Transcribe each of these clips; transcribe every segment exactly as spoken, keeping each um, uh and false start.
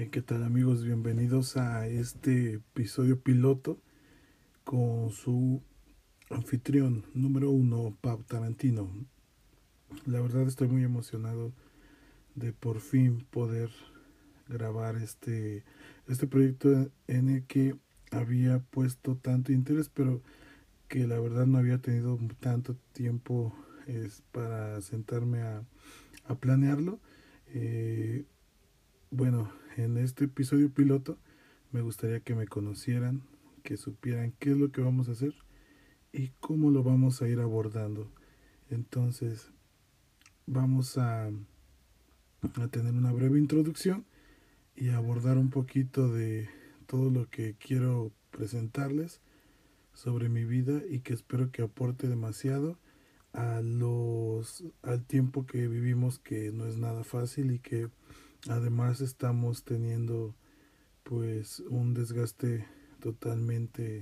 ¿Qué tal amigos? Bienvenidos a este episodio piloto con su anfitrión número uno, Pau Tarantino. La verdad estoy muy emocionado de por fin poder grabar este, este proyecto en el que había puesto tanto interés, pero que la verdad no había tenido tanto tiempo es, para sentarme a, a planearlo. Eh, bueno, en este episodio piloto me gustaría que me conocieran, que supieran qué es lo que vamos a hacer y cómo lo vamos a ir abordando. Entonces, vamos a, a tener una breve introducción y abordar un poquito de todo lo que quiero presentarles sobre mi vida y que espero que aporte demasiado a los al tiempo que vivimos, que no es nada fácil y que además estamos teniendo pues un desgaste totalmente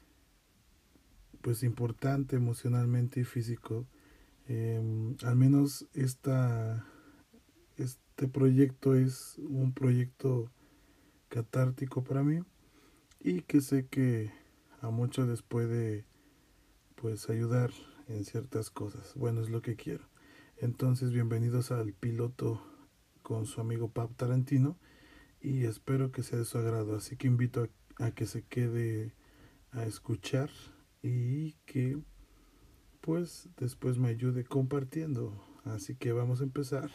pues importante emocionalmente y físico. Eh, al menos esta, este proyecto es un proyecto catártico para mí y que sé que a muchos les puede pues ayudar en ciertas cosas. Bueno, es lo que quiero. Entonces, bienvenidos al piloto con su amigo Pap Tarantino y espero que sea de su agrado. Así que invito a, a que se quede a escuchar y que pues después me ayude compartiendo. Así que vamos a empezar.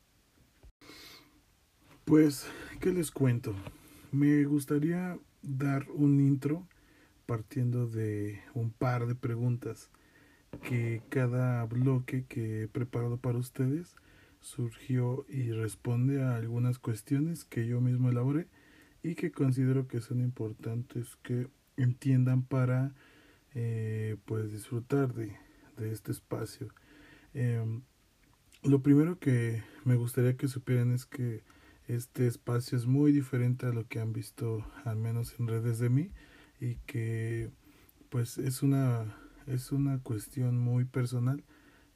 Pues, ¿qué les cuento? Me gustaría dar un intro partiendo de un par de preguntas que cada bloque que he preparado para ustedes surgió y responde a algunas cuestiones que yo mismo elaboré y que considero que son importantes que entiendan para eh, pues disfrutar de, de este espacio. Eh, lo primero que me gustaría que supieran es que este espacio es muy diferente a lo que han visto al menos en redes de mí y que pues es una es una cuestión muy personal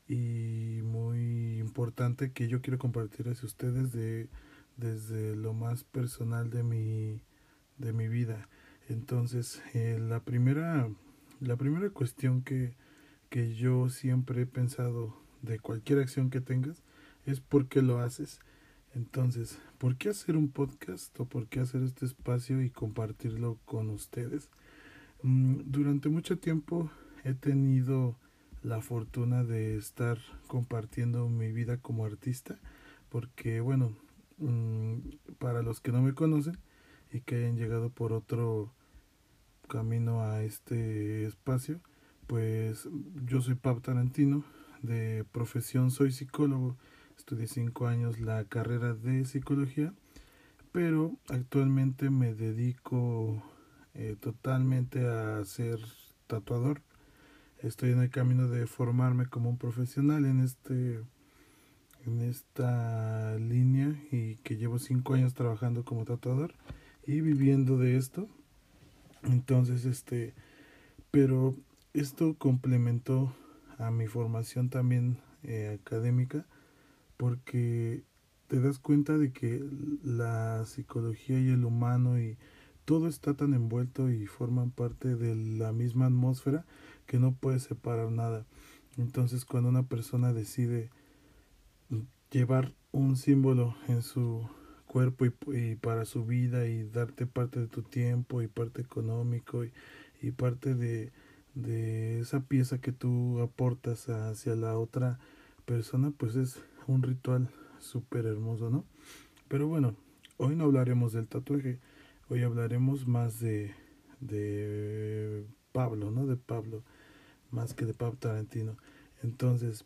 y muy importante que yo quiero compartir hacia ustedes de desde lo más personal de mi de mi vida. Entonces, eh, la primera la primera cuestión que que yo siempre he pensado de cualquier acción que tengas es por qué lo haces. Entonces, ¿por qué hacer un podcast o por qué hacer este espacio y compartirlo con ustedes? Mm, durante mucho tiempo he tenido la fortuna de estar compartiendo mi vida como artista, porque bueno, mm, para los que no me conocen y que hayan llegado por otro camino a este espacio, pues yo soy Pab Tarantino, de profesión soy psicólogo, estudié cinco años la carrera de psicología, pero actualmente me dedico eh, totalmente a ser tatuador. Estoy en el camino de formarme como un profesional en este en esta línea y que llevo cinco años trabajando como tatuador y viviendo de esto. Entonces, este, pero esto complementó a mi formación también eh, académica porque te das cuenta de que la psicología y el humano y todo está tan envuelto y forman parte de la misma atmósfera que no puedes separar nada. Entonces cuando una persona decide llevar un símbolo en su cuerpo y, y para su vida y darte parte de tu tiempo y parte económico y, y parte de, de esa pieza que tú aportas hacia la otra persona, pues es un ritual súper hermoso, ¿no? Pero bueno, hoy no hablaremos del tatuaje, hoy hablaremos más de, de Pablo, ¿no? De Pablo, más que de Pablo Tarantino. Entonces,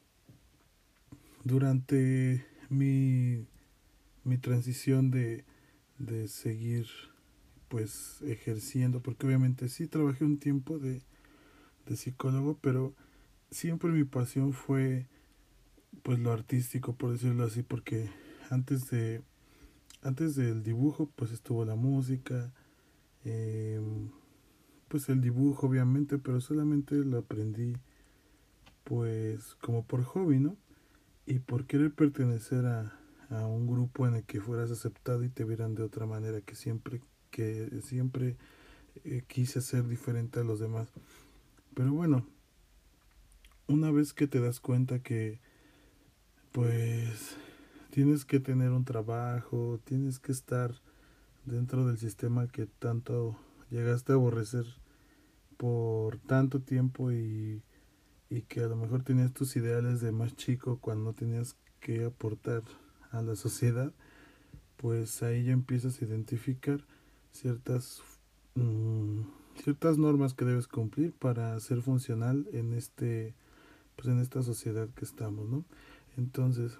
durante mi, mi transición de, de seguir pues ejerciendo, porque obviamente sí trabajé un tiempo de, de psicólogo, pero siempre mi pasión fue pues lo artístico, por decirlo así, porque antes de antes del dibujo pues estuvo la música, eh, pues el dibujo obviamente, pero solamente lo aprendí pues como por hobby, ¿no? Y por querer pertenecer a, a un grupo en el que fueras aceptado y te vieran de otra manera, que siempre, que siempre eh, quise ser diferente a los demás. Pero bueno, una vez que te das cuenta que pues tienes que tener un trabajo, tienes que estar dentro del sistema que tanto llegaste a aborrecer por tanto tiempo y, y que a lo mejor tenías tus ideales de más chico cuando no tenías que aportar a la sociedad, pues ahí ya empiezas a identificar ciertas mmm, ciertas normas que debes cumplir para ser funcional en este pues en esta sociedad que estamos, ¿no? Entonces,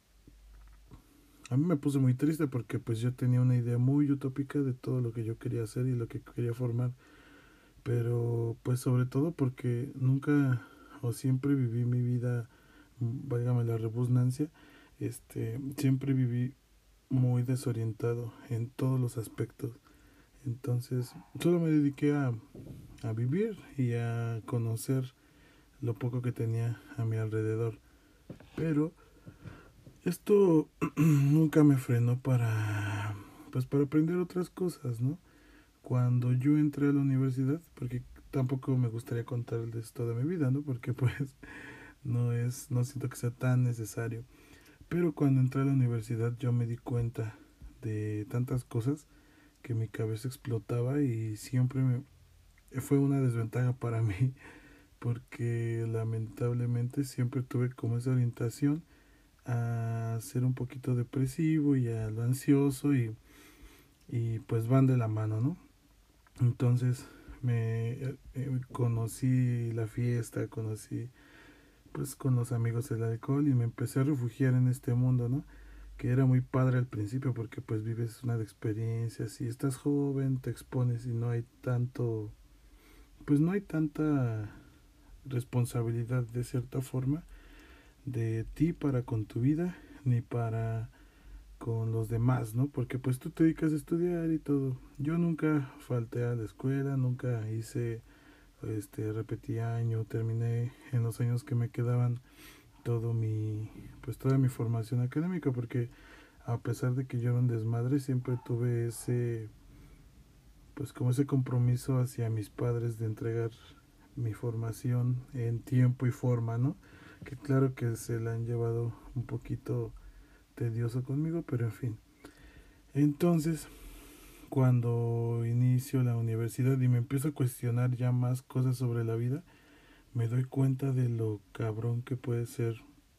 a mí me puse muy triste porque pues yo tenía una idea muy utópica de todo lo que yo quería hacer y lo que quería formar, pero pues sobre todo porque nunca o siempre viví mi vida, válgame la redundancia, este, siempre viví muy desorientado en todos los aspectos. Entonces, solo me dediqué a, a vivir y a conocer lo poco que tenía a mi alrededor. Pero esto nunca me frenó para pues para aprender otras cosas, ¿no? Cuando yo entré a la universidad, porque tampoco me gustaría contarles toda mi vida, ¿no? Porque pues no es no siento que sea tan necesario. Pero cuando entré a la universidad yo me di cuenta de tantas cosas que mi cabeza explotaba y siempre me fue una desventaja para mí porque lamentablemente siempre tuve como esa orientación a ser un poquito depresivo y a lo ansioso y, y pues van de la mano, ¿no? Entonces me eh, conocí la fiesta, conocí pues con los amigos el alcohol y me empecé a refugiar en este mundo, ¿no? Que era muy padre al principio porque pues vives una de experiencias y estás joven, te expones y no hay tanto, pues no hay tanta responsabilidad de cierta forma de ti para con tu vida ni para con los demás, ¿no? Porque pues tú te dedicas a estudiar y todo. Yo nunca falté a la escuela, nunca hice, este, repetí año, terminé en los años que me quedaban todo mi, pues toda mi formación académica, porque a pesar de que yo era un desmadre, siempre tuve ese, pues como ese compromiso hacia mis padres de entregar mi formación en tiempo y forma, ¿no? Que claro que se la han llevado un poquito tedioso conmigo, pero en fin. Entonces, cuando inicio la universidad y me empiezo a cuestionar ya más cosas sobre la vida, me doy cuenta de lo cabrón que puede ser,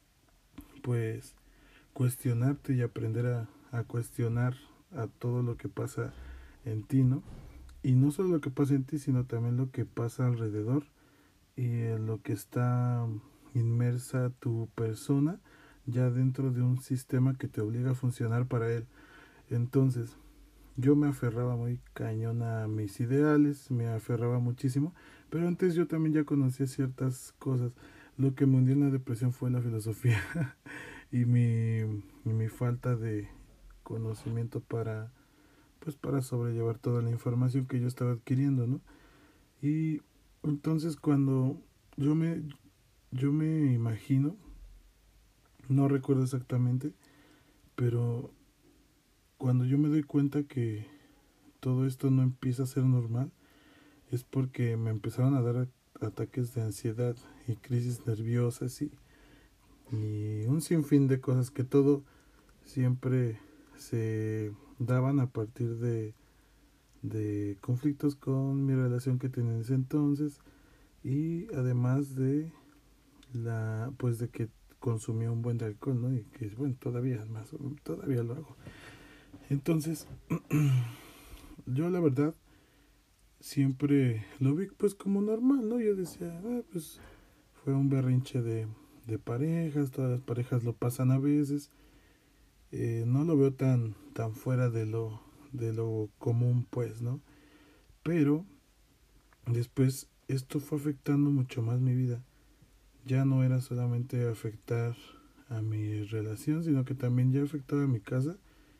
pues, cuestionarte y aprender a, a cuestionar a todo lo que pasa en ti, ¿no? Y no solo lo que pasa en ti, sino también lo que pasa alrededor y en lo que está inmersa tu persona ya dentro de un sistema que te obliga a funcionar para él. Entonces, yo me aferraba muy cañón a mis ideales, me aferraba muchísimo, pero antes yo también ya conocía ciertas cosas. Lo que me hundió en la depresión fue la filosofía y mi, y mi falta de conocimiento para pues para sobrellevar toda la información que yo estaba adquiriendo, ¿no? Y entonces cuando yo me yo me imagino, no recuerdo exactamente, pero cuando yo me doy cuenta que todo esto no empieza a ser normal, es porque me empezaron a dar ataques de ansiedad y crisis nerviosas y, y un sinfín de cosas que todo siempre se daban a partir de, de conflictos con mi relación que tenía en ese entonces y además de la pues de que consumía un buen de alcohol, ¿no? Y que bueno, todavía más todavía lo hago. Entonces, yo la verdad siempre lo vi pues como normal, ¿no? Yo decía, ah, pues fue un berrinche de, de parejas, todas las parejas lo pasan a veces, eh, no lo veo tan, tan fuera de lo, de lo común pues, ¿no? Pero después esto fue afectando mucho más mi vida, ya no era solamente afectar a mi relación, sino que también ya afectaba a mi casa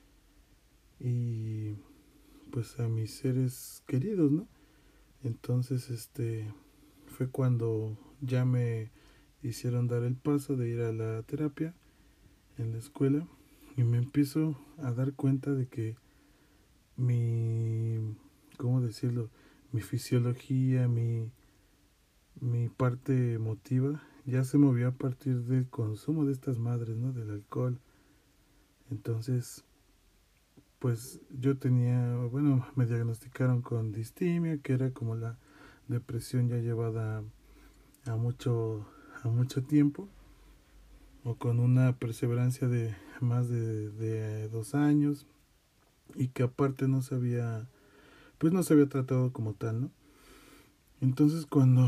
y pues a mis seres queridos, ¿no? Entonces, este fue cuando ya me hicieron dar el paso de ir a la terapia en la escuela y me empiezo a dar cuenta de que mi, ¿cómo decirlo? Mi fisiología, mi, mi parte emotiva ya se movió a partir del consumo de estas madres, ¿no? Del alcohol. Entonces, pues yo tenía, bueno, me diagnosticaron con distimia, que era como la depresión ya llevada a mucho, a mucho tiempo, o con una perseverancia de más de, de dos años, y que aparte no se había, pues no se había tratado como tal, ¿no? Entonces cuando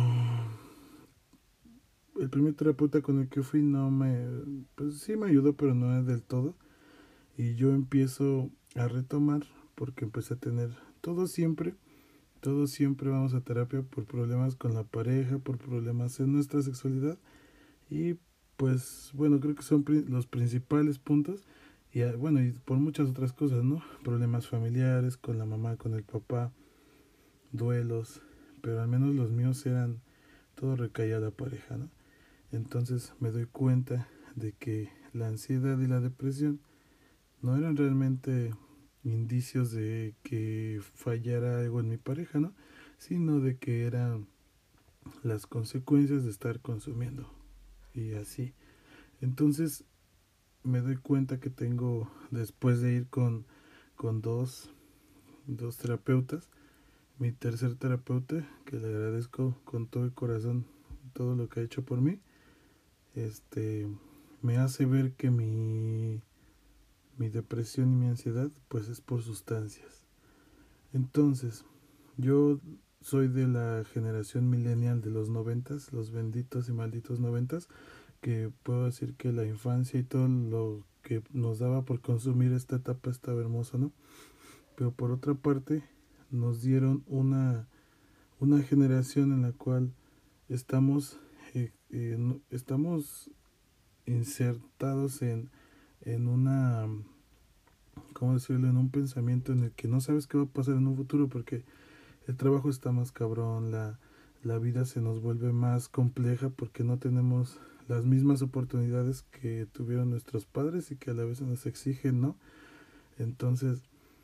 el primer terapeuta con el que fui no me, pues sí me ayudó, pero no es del todo, y yo empiezo a retomar, porque empecé a tener todo siempre, todos siempre vamos a terapia por problemas con la pareja, por problemas en nuestra sexualidad, y pues bueno, creo que son pri- los principales puntos, y ah, bueno, y por muchas otras cosas, ¿no? Problemas familiares con la mamá, con el papá, duelos, pero al menos los míos eran, todo recaía a la pareja, ¿no? Entonces me doy cuenta de que la ansiedad y la depresión no eran realmente indicios de que fallara algo en mi pareja, ¿no? Sino de que eran las consecuencias de estar consumiendo y así. Entonces me doy cuenta que tengo, después de ir con, con dos, dos terapeutas, mi tercer terapeuta, que le agradezco con todo el corazón todo lo que ha hecho por mí, este, me hace ver que mi, mi depresión y mi ansiedad pues es por sustancias. Entonces, yo soy de la generación millennial de los noventas, los benditos y malditos noventas, que puedo decir que la infancia y todo lo que nos daba por consumir esta etapa estaba hermosa, ¿no? Pero por otra parte, nos dieron una, una generación en la cual estamos, eh, eh, no- estamos insertados en, en una, ¿cómo decirlo? En un pensamiento en el que no sabes qué va a pasar en un futuro, porque el trabajo está más cabrón, la, la vida se nos vuelve más compleja porque no tenemos las mismas oportunidades que tuvieron nuestros padres y que a la vez nos exigen, ¿no? Entonces,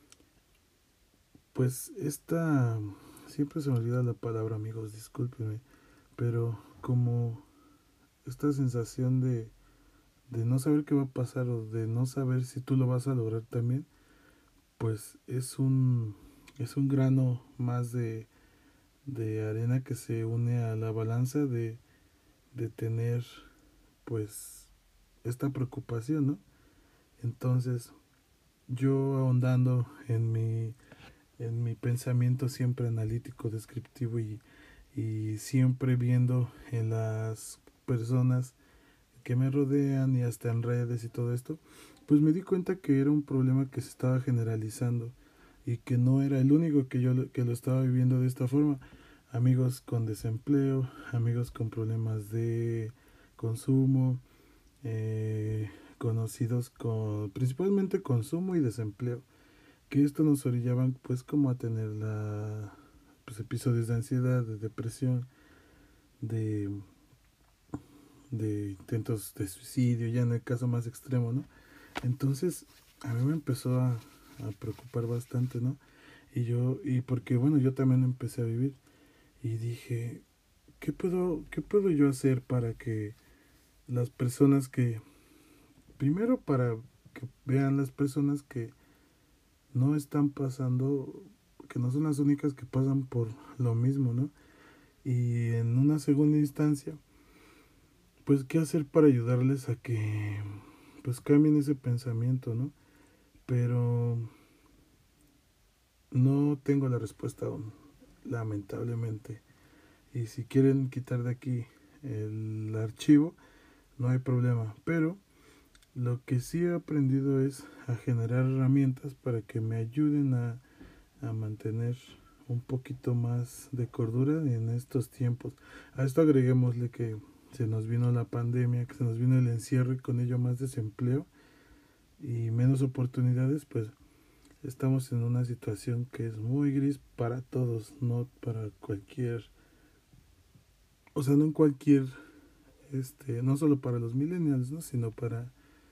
pues esta, siempre se me olvida la palabra, amigos, discúlpenme, pero como esta sensación de, de no saber qué va a pasar o de no saber si tú lo vas a lograr también, pues es un, es un grano más de, de arena que se une a la balanza de, de tener pues esta preocupación, ¿no? Entonces yo ahondando en mi, en mi pensamiento siempre analítico, descriptivo y, y siempre viendo en las personas que me rodean y hasta en redes y todo esto, pues me di cuenta que era un problema que se estaba generalizando y que no era el único que yo lo- que lo estaba viviendo de esta forma. Amigos con desempleo, amigos con problemas de consumo, eh, conocidos con principalmente consumo y desempleo, que esto nos orillaban pues como a tener la, pues, episodios de ansiedad, de depresión, de, de intentos de suicidio, ya en el caso más extremo, ¿no? Entonces a mí me empezó a, a preocupar bastante, ¿no? Y yo, y porque bueno, yo también empecé a vivir y dije, ¿qué puedo, qué puedo yo hacer para que las personas que, primero para que vean las personas que no están pasando, que no son las únicas que pasan por lo mismo, ¿no? Y en una segunda instancia, pues qué hacer para ayudarles a que pues cambien ese pensamiento, ¿no? Pero no tengo la respuesta aún, lamentablemente. Y si quieren quitar de aquí el archivo, no hay problema. Pero lo que sí he aprendido es a generar herramientas para que me ayuden a, a mantener un poquito más de cordura en estos tiempos. A esto agreguémosle que se nos vino la pandemia, que se nos vino el encierro y con ello más desempleo y menos oportunidades, pues estamos en una situación que es muy gris para todos, no para cualquier, o sea, no en cualquier, este, no solo para los millennials, ¿no? Sino para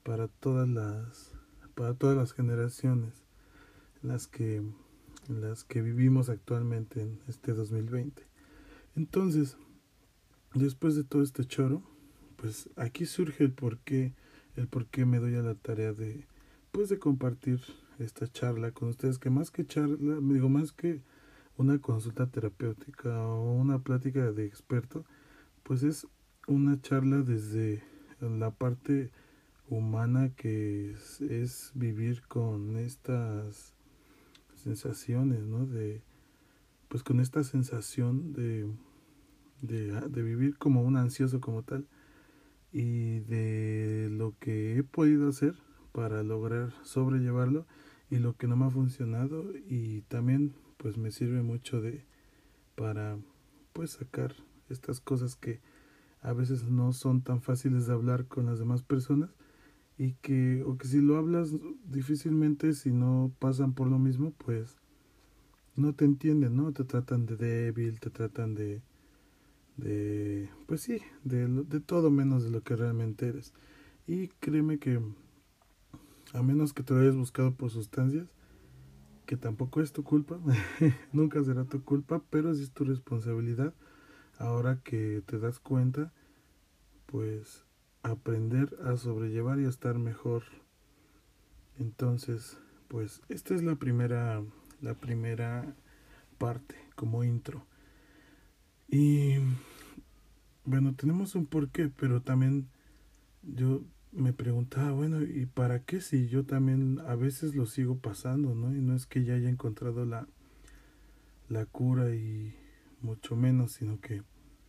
para todas las para todas las generaciones en las que en las que vivimos actualmente en este dos mil veinte. Entonces, después de todo este choro, pues aquí surge el por qué, el por qué me doy a la tarea de, pues de compartir esta charla con ustedes, que más que charla, me digo, más que una consulta terapéutica o una plática de experto, pues es una charla desde la parte humana que es, es vivir con estas sensaciones, ¿no? De, pues con esta sensación de, de, de vivir como un ansioso como tal y de lo que he podido hacer para lograr sobrellevarlo y lo que no me ha funcionado, y también pues me sirve mucho de para pues sacar estas cosas que a veces no son tan fáciles de hablar con las demás personas, y que o que si lo hablas difícilmente, si no pasan por lo mismo, pues no te entienden, ¿no? Te tratan de débil, te tratan de de pues sí, de, de todo menos de lo que realmente eres. Y créeme que a menos que te lo hayas buscado por sustancias, que tampoco es tu culpa, nunca será tu culpa, pero sí es tu responsabilidad, ahora que te das cuenta, pues aprender a sobrellevar y a estar mejor. Entonces, pues esta es la primera la primera parte como intro. Y bueno, tenemos un porqué, pero también yo me preguntaba, bueno, ¿y para qué si yo también a veces lo sigo pasando, ¿no? Y no es que ya haya encontrado la, la cura y mucho menos, sino que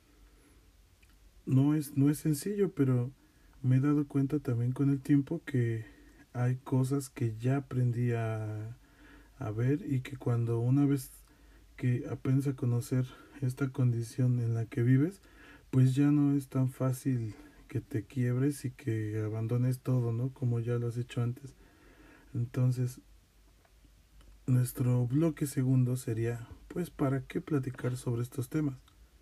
no es, no es sencillo, pero me he dado cuenta también con el tiempo que hay cosas que ya aprendí a, a ver, y que cuando una vez que aprendes a conocer esta condición en la que vives, pues ya no es tan fácil que te quiebres y que abandones todo, ¿no? Como ya lo has hecho antes. Entonces, nuestro bloque segundo sería, pues, ¿para qué platicar sobre estos temas?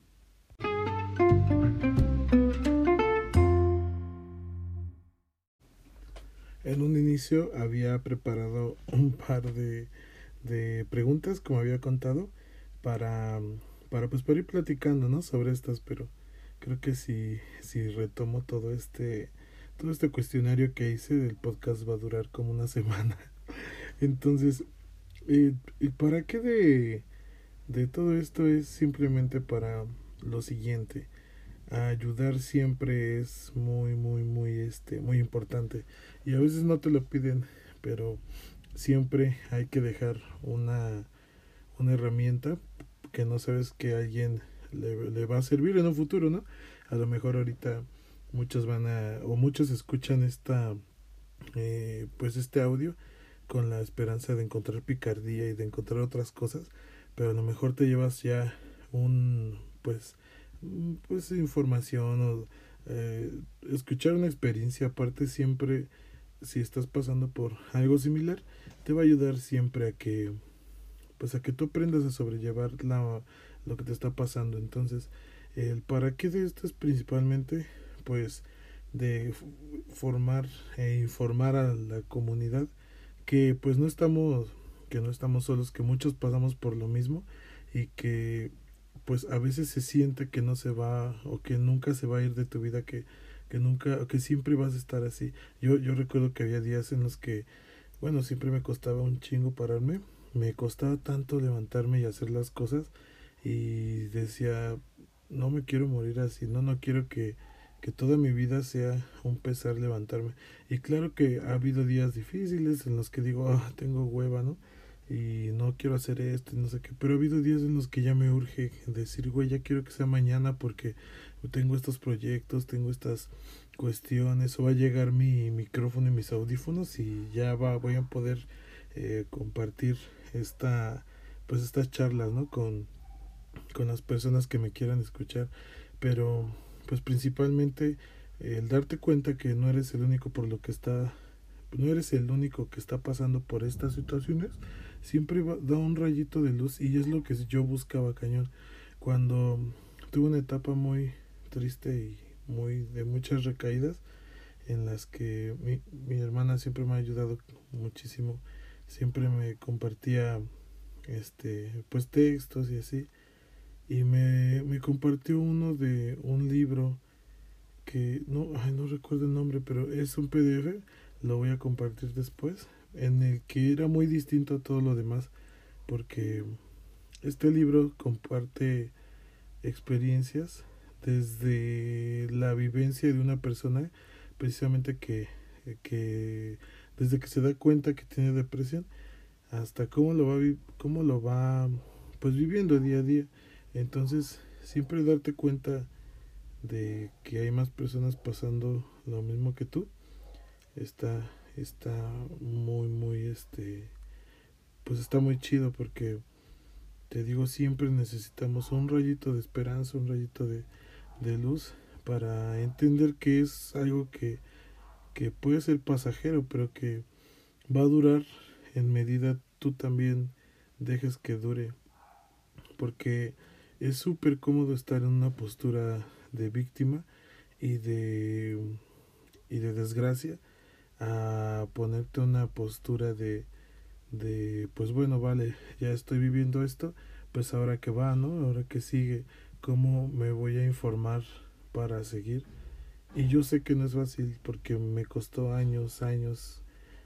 En un inicio había preparado un par de, de preguntas, como había contado, para, para, pues, para ir platicando, ¿no? Sobre estas, pero creo que si, si retomo todo este, todo este cuestionario que hice, del podcast va a durar como una semana. Entonces, eh, ¿y para qué de, de todo esto? Es simplemente para lo siguiente. Ayudar siempre es muy, muy, muy, este, muy importante. Y a veces no te lo piden, pero siempre hay que dejar una, una herramienta que no sabes que a alguien le, le va a servir en un futuro, ¿no? A lo mejor ahorita muchos van a, o muchos escuchan esta, eh, pues este audio con la esperanza de encontrar picardía y de encontrar otras cosas, pero a lo mejor te llevas ya un, pues, pues información o eh, escuchar una experiencia. Aparte, siempre, si estás pasando por algo similar, te va a ayudar siempre a que, pues a que tú aprendas a sobrellevar la, lo que te está pasando. Entonces, el para qué de esto es principalmente, pues, de formar e informar a la comunidad que pues no estamos que no estamos solos, que muchos pasamos por lo mismo, y que pues a veces se siente que no se va, o que nunca se va a ir de tu vida, que que nunca, o que siempre vas a estar así. Yo yo recuerdo que había días en los que, bueno, siempre me costaba un chingo pararme, me costaba tanto levantarme y hacer las cosas, y decía, no me quiero morir así, no no quiero que que toda mi vida sea un pesar levantarme. Y claro que ha habido días difíciles en los que digo, ah, tengo hueva, ¿no? Y no quiero hacer esto y no sé qué. Pero ha habido días en los que ya me urge decir, güey, ya quiero que sea mañana porque tengo estos proyectos, tengo estas cuestiones, o va a llegar mi micrófono y mis audífonos y ya va, voy a poder eh, compartir esta, pues estas charlas, ¿no? Con, con las personas que me quieran escuchar. Pero pues principalmente el darte cuenta que no eres el único por lo que está, no eres el único que está pasando por estas situaciones, siempre va, da un rayito de luz, y es lo que yo buscaba, cañón. Cuando tuve una etapa muy triste y muy de muchas recaídas, en las que mi, mi hermana siempre me ha ayudado muchísimo, siempre me compartía este pues textos y así, y me, me compartió uno de un libro que no, ay, no recuerdo el nombre, pero es un P D F, lo voy a compartir después, en el que era muy distinto a todo lo demás, porque este libro comparte experiencias desde la vivencia de una persona, precisamente que, que desde que se da cuenta que tiene depresión hasta cómo lo va cómo lo va pues viviendo día a día. Entonces siempre darte cuenta de que hay más personas pasando lo mismo que tú está está muy muy este pues está muy chido, porque te digo, siempre necesitamos un rayito de esperanza, un rayito de, de luz, para entender que es algo que, que puede ser pasajero, pero que va a durar en medida tú también dejes que dure, porque es súper cómodo estar en una postura de víctima y de, y de desgracia, a ponerte una postura de, de pues bueno, vale, ya estoy viviendo esto, pues ahora que va, ¿no? Ahora que sigue, ¿cómo me voy a informar para seguir? Y yo sé que no es fácil, porque me costó años, años.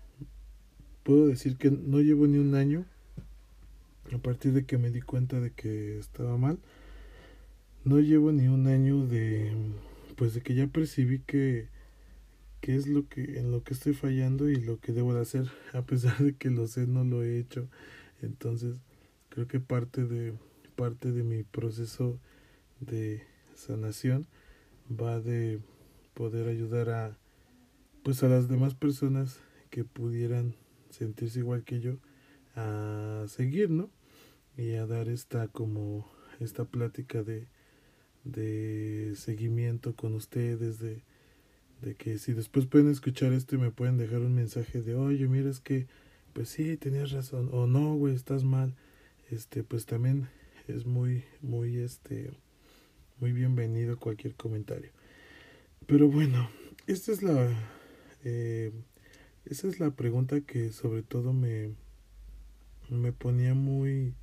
Puedo decir que no llevo ni un año a partir de que me di cuenta de que estaba mal. No llevo ni un año de, pues de que ya percibí que qué es lo que en lo que estoy fallando y lo que debo de hacer, a pesar de que lo sé, no lo he hecho. Entonces creo que parte de parte de mi proceso de sanación va de poder ayudar a pues a las demás personas que pudieran sentirse igual que yo, a seguir, ¿no? Y a dar esta como esta plática de de seguimiento con ustedes, de de que si después pueden escuchar esto y me pueden dejar un mensaje de, oye, mira, es que pues sí, tenías razón, o no, güey, estás mal, este pues también es muy muy este muy bienvenido cualquier comentario. Pero bueno, esta es la eh, esa es la pregunta que sobre todo me me ponía muy,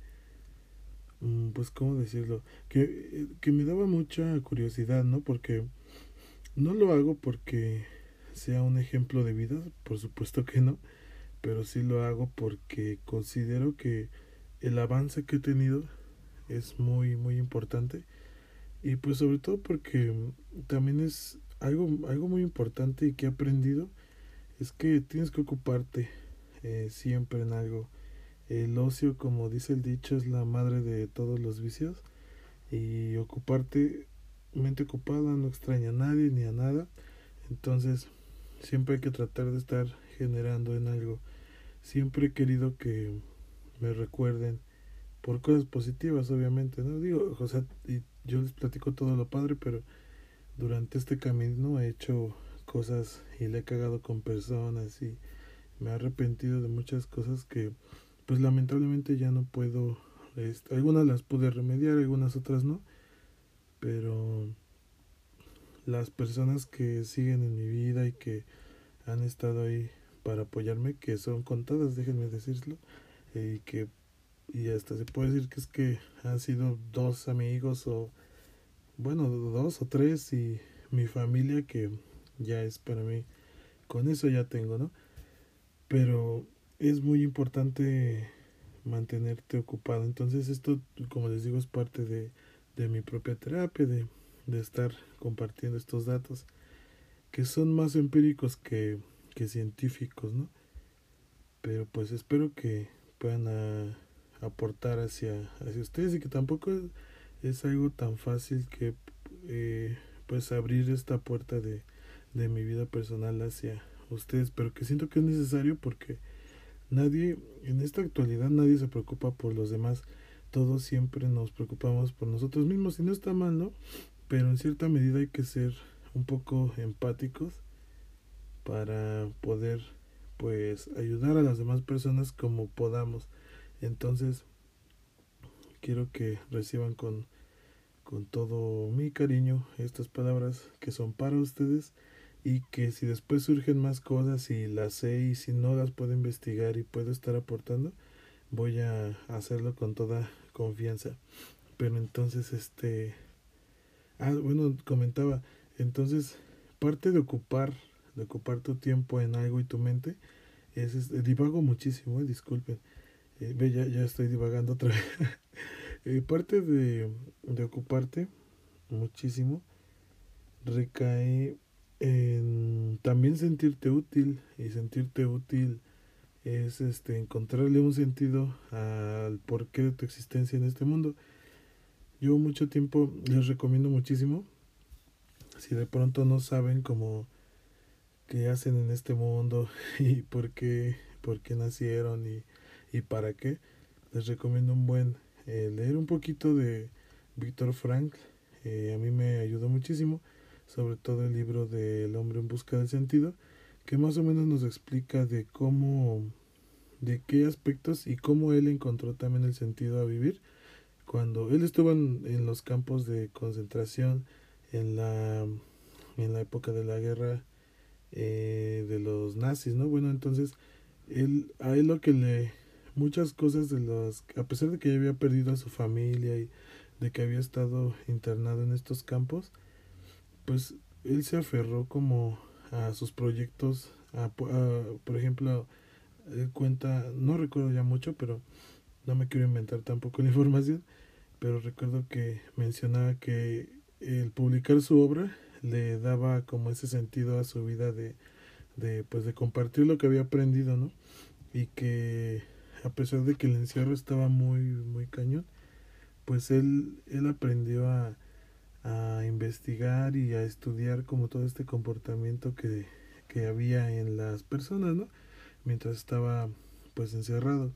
pues cómo decirlo, que, que me daba mucha curiosidad, ¿no? Porque no lo hago porque sea un ejemplo de vida, por supuesto que no, pero sí lo hago porque considero que el avance que he tenido es muy muy importante, y pues sobre todo porque también es algo algo muy importante y que he aprendido, es que tienes que ocuparte eh, siempre en algo. El ocio, como dice el dicho, es la madre de todos los vicios, y ocuparte, mente ocupada no extraña a nadie ni a nada. Entonces siempre hay que tratar de estar generando en algo. Siempre he querido que me recuerden por cosas positivas, obviamente, no digo, o sea, y yo les platico todo lo padre, pero durante este camino he hecho cosas y le he cagado con personas, y me he arrepentido de muchas cosas que pues lamentablemente ya no puedo, este, algunas las pude remediar, algunas otras no, pero las personas que siguen en mi vida y que han estado ahí para apoyarme, que son contadas, déjenme decirlo, y que y hasta se puede decir que es que han sido dos amigos, o bueno, dos o tres, y mi familia, que ya es para mí, con eso ya tengo, ¿no? Pero es muy importante mantenerte ocupado. Entonces esto, como les digo, es parte de, de mi propia terapia, de, de estar compartiendo estos datos que son más empíricos que, que científicos, ¿no? Pero pues espero que puedan a, aportar hacia, hacia ustedes, y que tampoco es, es algo tan fácil que eh, pues abrir esta puerta de, de mi vida personal hacia ustedes, pero que siento que es necesario, porque nadie, en esta actualidad, nadie se preocupa por los demás. Todos siempre nos preocupamos por nosotros mismos, y no está mal, ¿no? Pero en cierta medida hay que ser un poco empáticos para poder pues ayudar a las demás personas como podamos. Entonces quiero que reciban con, con todo mi cariño estas palabras que son para ustedes, y que si después surgen más cosas y las sé y si no las puedo investigar y puedo estar aportando, voy a hacerlo con toda confianza. Pero entonces, este, ah, bueno, comentaba, entonces, parte de ocupar, de ocupar tu tiempo en algo y tu mente, es, es divago muchísimo, eh, disculpen, eh, ve, ya, ya estoy divagando otra vez. Eh, parte de, de ocuparte muchísimo recae en también sentirte útil, y sentirte útil es este encontrarle un sentido al porqué de tu existencia en este mundo. Yo mucho tiempo les recomiendo muchísimo, si de pronto no saben cómo qué hacen en este mundo y por qué, por qué nacieron y, y para qué, les recomiendo un buen eh, leer un poquito de Víctor Frankl. Eh, a mí me ayudó muchísimo, sobre todo el libro de El hombre en busca del sentido, que más o menos nos explica de cómo, de qué aspectos y cómo él encontró también el sentido a vivir cuando él estuvo en, en los campos de concentración en la, en la época de la guerra eh, de los nazis, ¿no? Bueno, entonces él, a él lo que le, muchas cosas de las, a pesar de que ya había perdido a su familia y de que había estado internado en estos campos, pues él se aferró como a sus proyectos, a, a, por ejemplo, él cuenta, no recuerdo ya mucho, pero no me quiero inventar tampoco la información, pero recuerdo que mencionaba que el publicar su obra le daba como ese sentido a su vida de, de pues de compartir lo que había aprendido, ¿no? Y que a pesar de que el encierro estaba muy muy cañón, pues él él aprendió a, a investigar y a estudiar como todo este comportamiento que, que había en las personas, ¿no? Mientras estaba pues encerrado.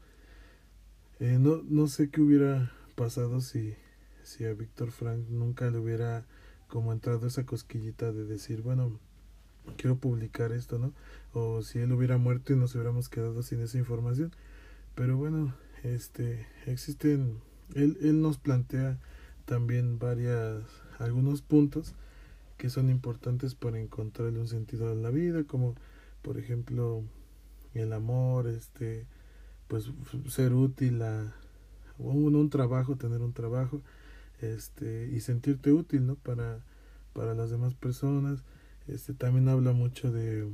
Eh, no, no sé qué hubiera pasado si, si a Víctor Frank nunca le hubiera como entrado esa cosquillita de decir, bueno, quiero publicar esto, ¿no? O si él hubiera muerto y nos hubiéramos quedado sin esa información. Pero bueno, este, existen, él, él nos plantea también varias, algunos puntos que son importantes para encontrarle un sentido a la vida, como por ejemplo el amor, este, pues ser útil a un, un trabajo, tener un trabajo, este, y sentirte útil, ¿no? Para, para las demás personas. Este, también habla mucho de,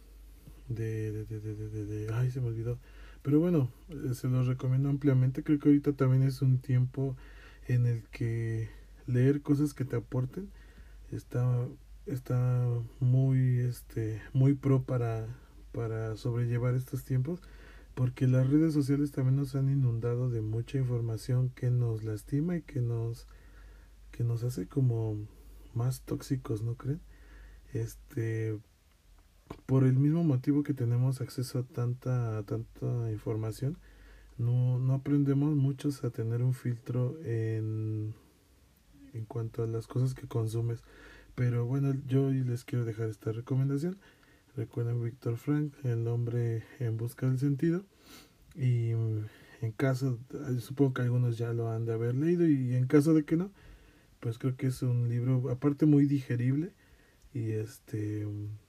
de, de, de, de, de, de, de ay, se me olvidó. Pero bueno, eh, se los recomiendo ampliamente. Creo que ahorita también es un tiempo en el que leer cosas que te aporten está, está muy, este, muy pro para, para sobrellevar estos tiempos, porque las redes sociales también nos han inundado de mucha información que nos lastima y que nos que nos hace como más tóxicos, ¿no creen? Este, por el mismo motivo que tenemos acceso a tanta a tanta información, no no aprendemos muchos a tener un filtro en en cuanto a las cosas que consumes. Pero bueno, yo les quiero dejar esta recomendación. Recuerden Víctor Frank, El hombre en busca del sentido. Y en caso, supongo que algunos ya lo han de haber leído, y en caso de que no, pues creo que es un libro aparte muy digerible, y este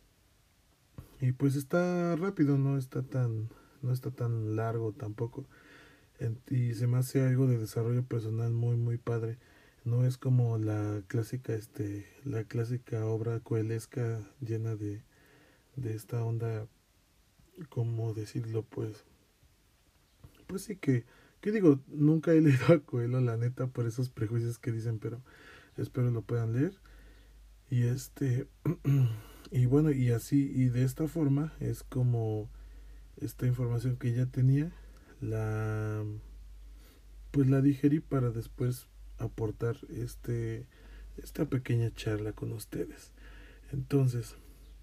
y pues está rápido, no está tan no está tan largo tampoco. Y se me hace algo de desarrollo personal muy muy padre. No es como la clásica este la clásica obra coelesca llena de de esta onda, cómo decirlo, pues pues sí que que digo, nunca he leído a Coelho, la neta, por esos prejuicios que dicen, pero espero lo puedan leer. Y este y bueno, y así y de esta forma es como esta información que ya tenía la pues la digerí para después aportar este esta pequeña charla con ustedes. Entonces,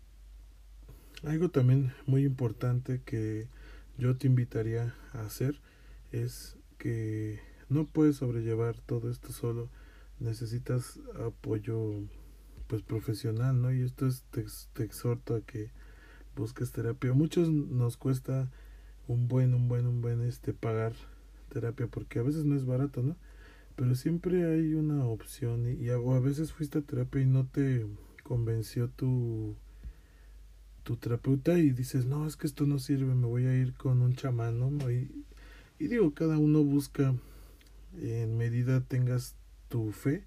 algo también muy importante que yo te invitaría a hacer es que no puedes sobrellevar todo esto solo, necesitas apoyo pues profesional, ¿no? Y esto es te, te exhorto a que busques terapia. A muchos nos cuesta un buen, un buen, un buen este pagar terapia, porque a veces no es barato, ¿no? Pero siempre hay una opción, y, y a, o a veces fuiste a terapia y no te convenció tu tu terapeuta y dices, no, es que esto no sirve, me voy a ir con un chamán, ¿no? Y, y digo, cada uno busca, en medida tengas tu fe,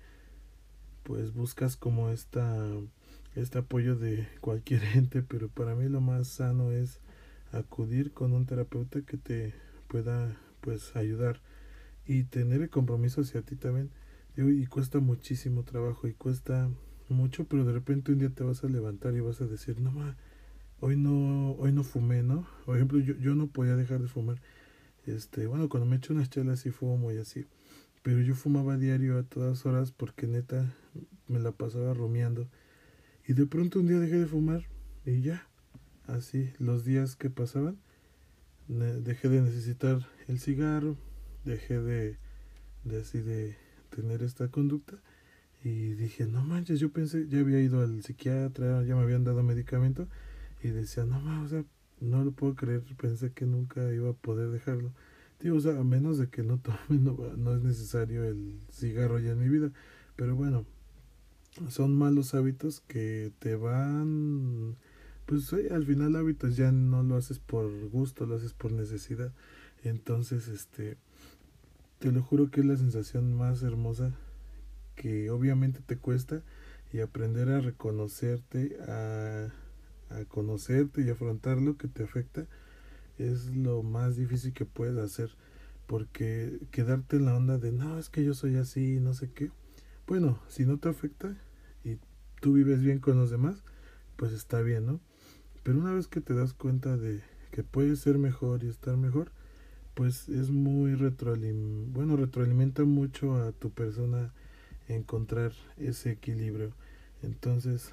pues buscas como esta, este apoyo de cualquier ente, pero para mí lo más sano es acudir con un terapeuta que te pueda pues ayudar y tener el compromiso hacia ti también. Digo, y cuesta muchísimo trabajo y cuesta mucho, pero de repente un día te vas a levantar y vas a decir, no ma, hoy no, hoy no fumé, ¿no? Por ejemplo, yo, yo no podía dejar de fumar. Este, bueno, cuando me echo unas chelas sí fumo y así. Pero yo fumaba a diario a todas horas porque neta me la pasaba rumiando. Y de pronto un día dejé de fumar y ya, así, los días que pasaban, dejé de necesitar el cigarro, dejé de, de así de tener esta conducta y dije, no manches, yo pensé, ya había ido al psiquiatra, ya me habían dado medicamento y decía, no manches, o sea, no lo puedo creer, pensé que nunca iba a poder dejarlo. Digo, o sea, a menos de que no tome, no, no es necesario el cigarro ya en mi vida, pero bueno, son malos hábitos que te van, pues oye, al final hábitos ya no lo haces por gusto, lo haces por necesidad. Entonces, este, te lo juro que es la sensación más hermosa que obviamente te cuesta y aprender a reconocerte, a, a conocerte y afrontar lo que te afecta es lo más difícil que puedes hacer, porque quedarte en la onda de no, es que yo soy así, no sé qué. Bueno, si no te afecta y tú vives bien con los demás, pues está bien, ¿no? Pero una vez que te das cuenta de que puedes ser mejor y estar mejor, pues es muy retroalim bueno, retroalimenta mucho a tu persona encontrar ese equilibrio. Entonces,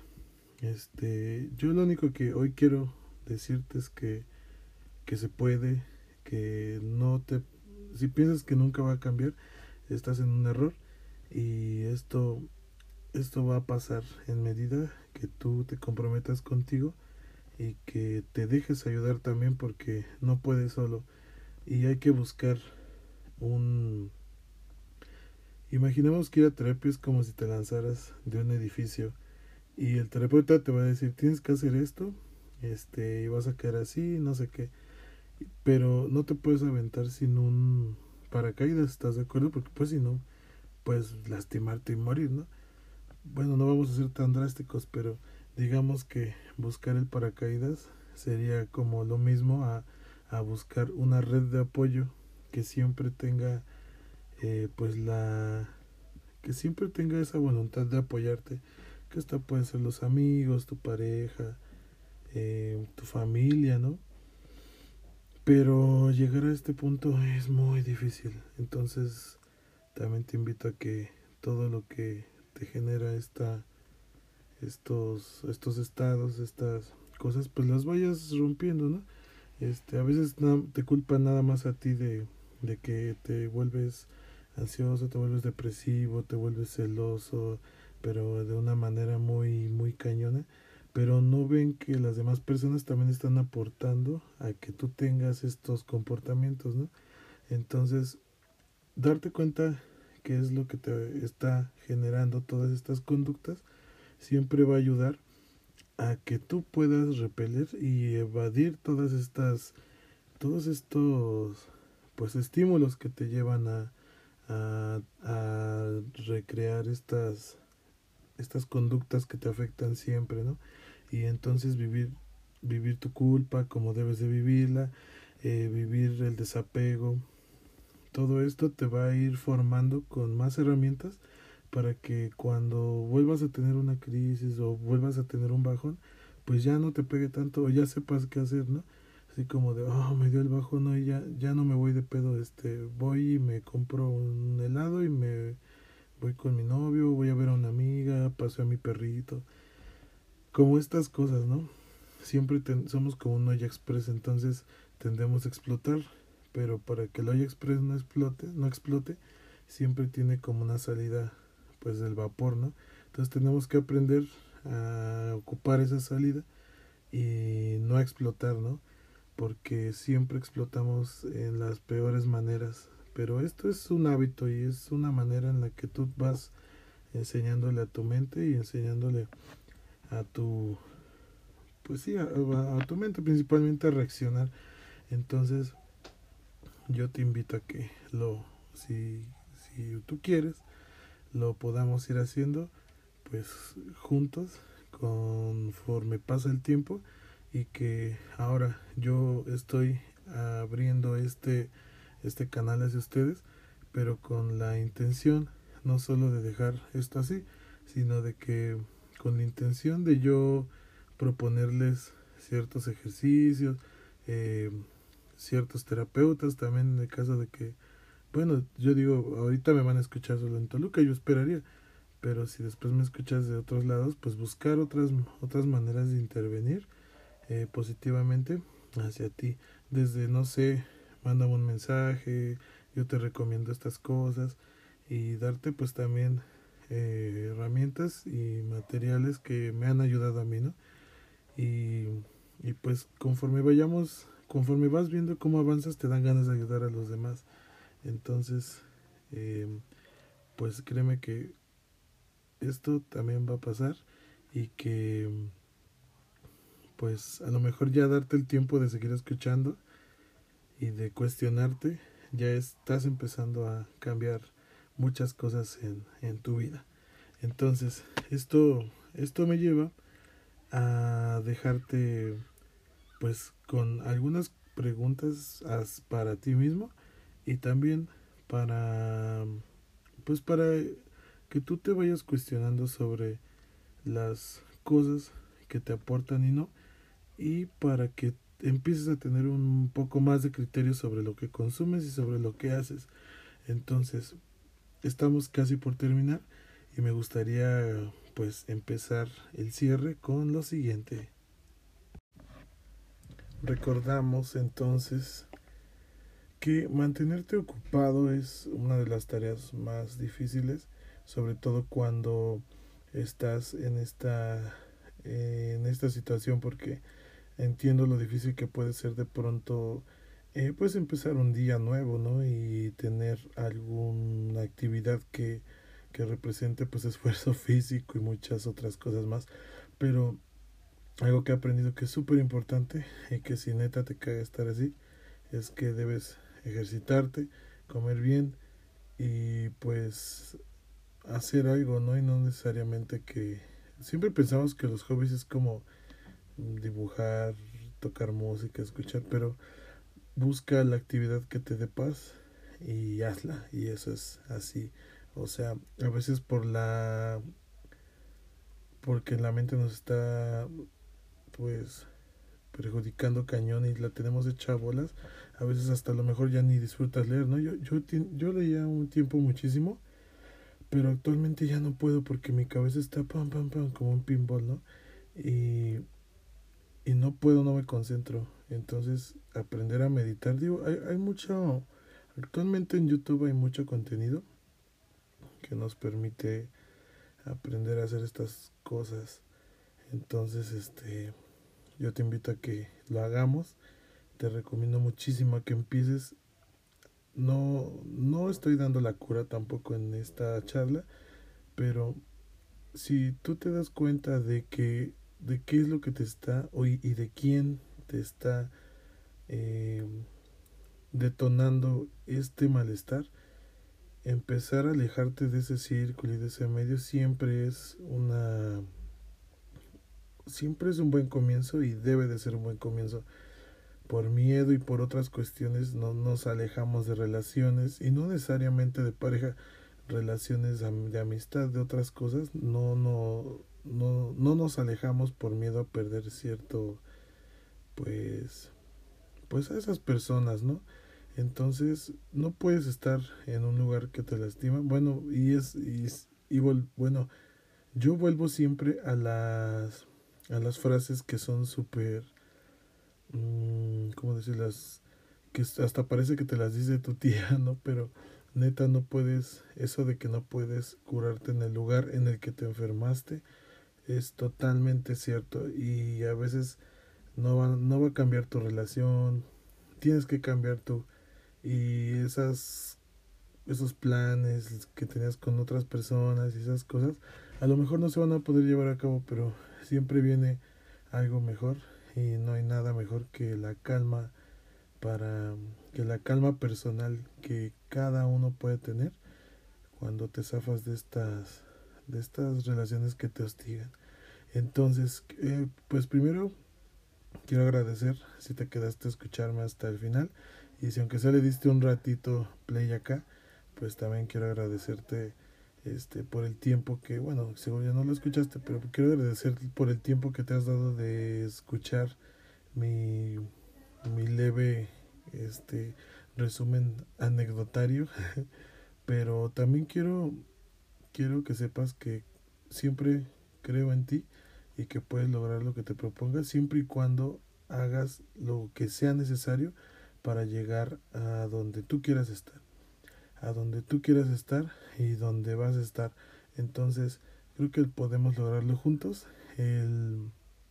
este, yo lo único que hoy quiero decirte es que, que se puede, que no te, si piensas que nunca va a cambiar, estás en un error y esto, esto va a pasar en medida que tú te comprometas contigo y que te dejes ayudar también porque no puedes solo y hay que buscar un... Imaginemos que ir a terapia es como si te lanzaras de un edificio y el terapeuta te va a decir tienes que hacer esto, este, y vas a quedar así, no sé qué, pero no te puedes aventar sin un paracaídas, ¿estás de acuerdo? Porque pues si no, puedes lastimarte y morir, ¿no? Bueno, no vamos a ser tan drásticos, pero digamos que buscar el paracaídas sería como lo mismo a, a buscar una red de apoyo que siempre tenga eh, pues la que siempre tenga esa voluntad de apoyarte, que esta puede ser los amigos, tu pareja, eh, tu familia, ¿no? Pero llegar a este punto es muy difícil, entonces también te invito a que todo lo que te genera esta estos estos estados, estas cosas, pues las vayas rompiendo, ¿no? Este, a veces na- te culpan nada más a ti de, de que te vuelves ansioso, te vuelves depresivo, te vuelves celoso, pero de una manera muy, muy cañona. Pero no ven que las demás personas también están aportando a que tú tengas estos comportamientos, ¿no? Entonces, darte cuenta qué es lo que te está generando todas estas conductas siempre va a ayudar a que tú puedas repeler y evadir todas estas todos estos pues estímulos que te llevan a, a, a recrear estas estas conductas que te afectan siempre, ¿no? Y entonces vivir vivir tu culpa como debes de vivirla, eh, vivir el desapego, todo esto te va a ir formando con más herramientas para que cuando vuelvas a tener una crisis o vuelvas a tener un bajón, pues ya no te pegue tanto o ya sepas qué hacer, ¿no? Así como de, oh, me dio el bajón, no, y ya, ya no me voy de pedo, este, voy y me compro un helado y me voy con mi novio, voy a ver a una amiga, paseo a mi perrito, como estas cosas, ¿no? Siempre ten, somos como un olla express, entonces tendemos a explotar, pero para que el olla express no explote, no explote, siempre tiene como una salida pues del vapor, ¿no? Entonces tenemos que aprender a ocupar esa salida y no a explotar, ¿no? Porque siempre explotamos en las peores maneras. Pero esto es un hábito y es una manera en la que tú vas enseñándole a tu mente y enseñándole a tu pues sí, a, a, a tu mente principalmente a reaccionar. Entonces yo te invito a que lo, si, si tú quieres, lo podamos ir haciendo pues juntos conforme pasa el tiempo, y que ahora yo estoy abriendo este este canal hacia ustedes, pero con la intención no solo de dejar esto así, sino de que con la intención de yo proponerles ciertos ejercicios, eh, ciertos terapeutas también, en el caso de que, bueno, yo digo, ahorita me van a escuchar solo en Toluca, yo esperaría, pero si después me escuchas de otros lados, pues buscar otras otras maneras de intervenir eh, positivamente hacia ti. Desde, no sé, mándame un mensaje, yo te recomiendo estas cosas, y darte pues también eh, herramientas y materiales que me han ayudado a mí, ¿no? Y, y pues conforme vayamos, conforme vas viendo cómo avanzas, te dan ganas de ayudar a los demás. Entonces, eh, pues créeme que esto también va a pasar, y que pues a lo mejor ya darte el tiempo de seguir escuchando y de cuestionarte, ya estás empezando a cambiar muchas cosas en, en tu vida. Entonces, esto, esto me lleva a dejarte pues con algunas preguntas para ti mismo, y también para pues para que tú te vayas cuestionando sobre las cosas que te aportan y no, y para que empieces a tener un poco más de criterio sobre lo que consumes y sobre lo que haces. Entonces, estamos casi por terminar, y me gustaría pues empezar el cierre con lo siguiente. Recordamos entonces que mantenerte ocupado es una de las tareas más difíciles, sobre todo cuando estás en esta en esta situación, porque entiendo lo difícil que puede ser de pronto eh, pues empezar un día nuevo, ¿no? Y tener alguna actividad que, que represente pues esfuerzo físico y muchas otras cosas más. Pero algo que he aprendido que es súper importante, y que si neta te cae estar así, es que debes ejercitarte, comer bien, y pues hacer algo, ¿no? Y no necesariamente que... Siempre pensamos que los hobbies es como dibujar, tocar música, escuchar, pero busca la actividad que te dé paz y hazla, y eso es así. O sea, a veces por la porque la mente nos está pues perjudicando cañón y la tenemos hecha bolas, a veces hasta a lo mejor ya ni disfrutas leer, ¿no? Yo, yo, yo leía un tiempo muchísimo, pero actualmente ya no puedo porque mi cabeza está pam, pam, pam, como un pinball, ¿no? Y y no puedo, no me concentro. Entonces, aprender a meditar, digo, hay, hay mucho, actualmente en YouTube hay mucho contenido que nos permite aprender a hacer estas cosas. Entonces, este, yo te invito a que lo hagamos. Te recomiendo muchísimo a que empieces. No, no estoy dando la cura tampoco en esta charla, pero si tú te das cuenta de que de qué es lo que te está y de quién te está eh, detonando este malestar, empezar a alejarte de ese círculo y de ese medio siempre es una siempre es un buen comienzo, y debe de ser un buen comienzo. Por miedo y por otras cuestiones no nos alejamos de relaciones, y no necesariamente de pareja, relaciones de amistad, de otras cosas, no no no no nos alejamos por miedo a perder cierto pues pues a esas personas, ¿no? Entonces no puedes estar en un lugar que te lastima. Bueno, y es y, y vol, bueno, yo vuelvo siempre a las a las frases que son súper mmm, ¿cómo decirlas? Que hasta parece que te las dice tu tía, ¿no? Pero neta no puedes, eso de que no puedes curarte en el lugar en el que te enfermaste es totalmente cierto, y a veces no va, no va a cambiar tu relación, tienes que cambiar tú, y esas esos planes que tenías con otras personas y esas cosas a lo mejor no se van a poder llevar a cabo, pero siempre viene algo mejor, y no hay nada mejor que la calma para que la calma personal que cada uno puede tener cuando te zafas de estas de estas relaciones que te hostigan. Entonces, eh, pues primero quiero agradecer si te quedaste a escucharme hasta el final, y si aunque sea le diste un ratito play acá, pues también quiero agradecerte este por el tiempo que, bueno, seguro ya no lo escuchaste, pero quiero agradecer por el tiempo que te has dado de escuchar mi, mi leve este resumen anecdotario. Pero también quiero quiero que sepas que siempre creo en ti y que puedes lograr lo que te propongas siempre y cuando hagas lo que sea necesario para llegar a donde tú quieras estar, a donde tú quieras estar y donde vas a estar. Entonces, creo que podemos lograrlo juntos. El,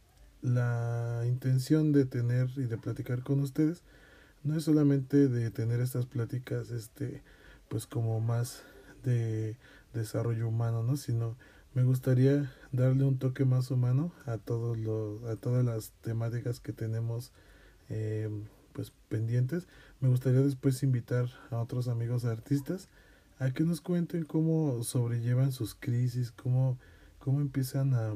la intención de tener y de platicar con ustedes no es solamente de tener estas pláticas, este, pues como más de desarrollo humano, ¿no? Sino me gustaría darle un toque más humano a todos los, a todas las temáticas que tenemos, eh, pues pendientes. Me gustaría después invitar a otros amigos artistas a que nos cuenten cómo sobrellevan sus crisis, cómo, cómo empiezan a,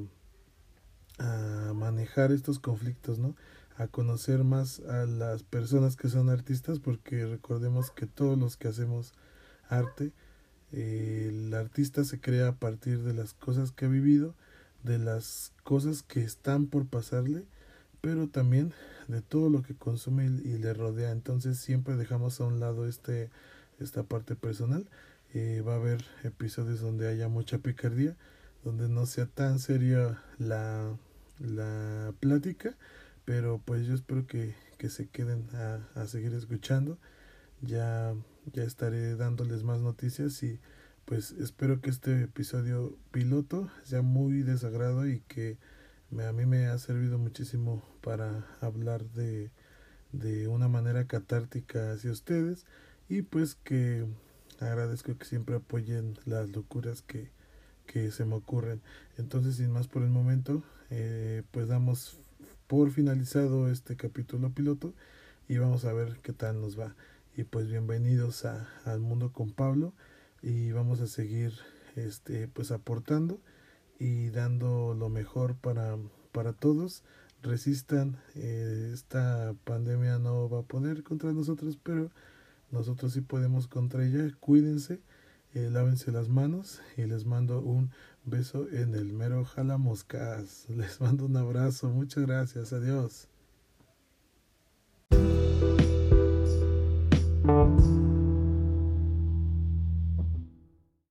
a manejar estos conflictos, ¿no? A conocer más a las personas que son artistas, porque recordemos que todos los que hacemos arte, eh, el artista se crea a partir de las cosas que ha vivido, de las cosas que están por pasarle, pero también de todo lo que consume y, y le rodea. Entonces siempre dejamos a un lado este esta parte personal. Eh, va a haber episodios donde haya mucha picardía, donde no sea tan seria la, la plática, pero pues yo espero que, que se queden a, a seguir escuchando. Ya, ya estaré dándoles más noticias, y pues espero que este episodio piloto sea muy de sagrado y que me, a mí me ha servido muchísimo para hablar de, de una manera catártica hacia ustedes, y pues que agradezco que siempre apoyen las locuras que, que se me ocurren. Entonces, sin más por el momento, eh, pues damos por finalizado este capítulo piloto y vamos a ver qué tal nos va. Y pues bienvenidos a, al mundo con Pablo, y vamos a seguir este pues aportando y dando lo mejor para, para todos. Resistan, eh, esta pandemia no va a poder contra nosotros, pero nosotros sí podemos contra ella. Cuídense, eh, lávense las manos, y les mando un beso en el mero jalamoscas. Les mando un abrazo, muchas gracias, adiós.